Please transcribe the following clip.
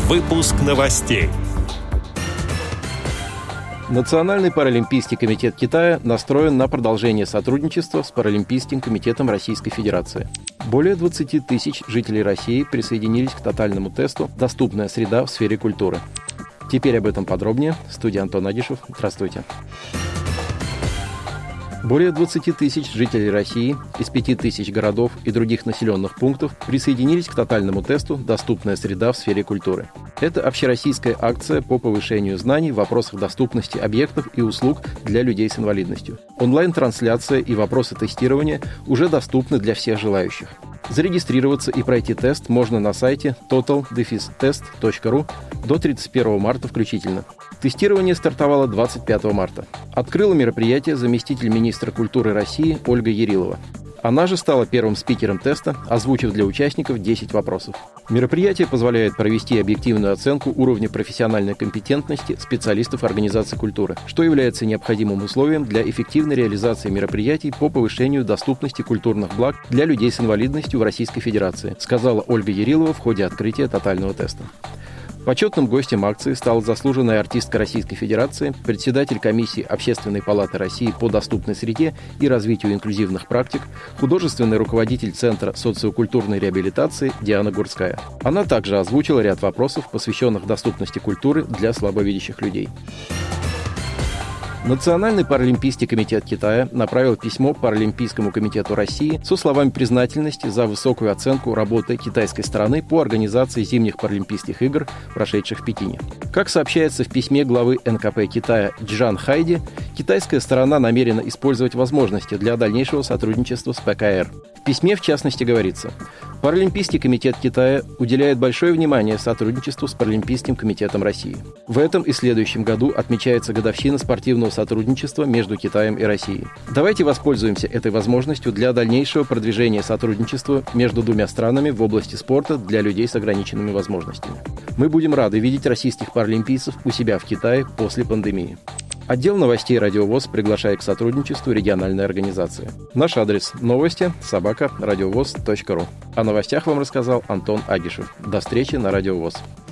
Выпуск новостей. Национальный паралимпийский комитет Китая настроен на продолжение сотрудничества с Паралимпийским комитетом Российской Федерации. Более 20 тысяч жителей России присоединились к тотальному тесту «Доступная среда в сфере культуры». Теперь об этом подробнее. В студии Антон Агишев. Здравствуйте. Более 20 тысяч жителей России из 5 тысяч городов и других населенных пунктов присоединились к тотальному тесту «Доступная среда в сфере культуры». Это общероссийская акция по повышению знаний в вопросах доступности объектов и услуг для людей с инвалидностью. Онлайн-трансляция и вопросы тестирования уже доступны для всех желающих. Зарегистрироваться и пройти тест можно на сайте total-test.ru до 31 марта включительно. Тестирование стартовало 25 марта. Открыла мероприятие заместитель министра культуры России Ольга Ярилова. Она же стала первым спикером теста, озвучив для участников 10 вопросов. Мероприятие позволяет провести объективную оценку уровня профессиональной компетентности специалистов организации культуры, что является необходимым условием для эффективной реализации мероприятий по повышению доступности культурных благ для людей с инвалидностью в Российской Федерации, сказала Ольга Ярилова в ходе открытия тотального теста. Почетным гостем акции стала заслуженная артистка Российской Федерации, председатель комиссии Общественной палаты России по доступной среде и развитию инклюзивных практик, художественный руководитель Центра социокультурной реабилитации Диана Гурская. Она также озвучила ряд вопросов, посвященных доступности культуры для слабовидящих людей. Национальный паралимпийский комитет Китая направил письмо Паралимпийскому комитету России со словами признательности за высокую оценку работы китайской стороны по организации зимних паралимпийских игр, прошедших в Пекине. Как сообщается в письме главы НКП Китая Чжан Хайди, китайская сторона намерена использовать возможности для дальнейшего сотрудничества с ПКР. В письме, в частности, говорится: Паралимпийский комитет Китая уделяет большое внимание сотрудничеству с Паралимпийским комитетом России. В этом и следующем году отмечается годовщина спортивного сотрудничества между Китаем и Россией. Давайте воспользуемся этой возможностью для дальнейшего продвижения сотрудничества между двумя странами в области спорта для людей с ограниченными возможностями. Мы будем рады видеть российских паралимпийцев у себя в Китае после пандемии. Отдел новостей «Радио ВОС» приглашает к сотрудничеству региональной организации. Наш адрес – новости@радиовоз.ру. О новостях вам рассказал Антон Агишев. До встречи на «Радио ВОС».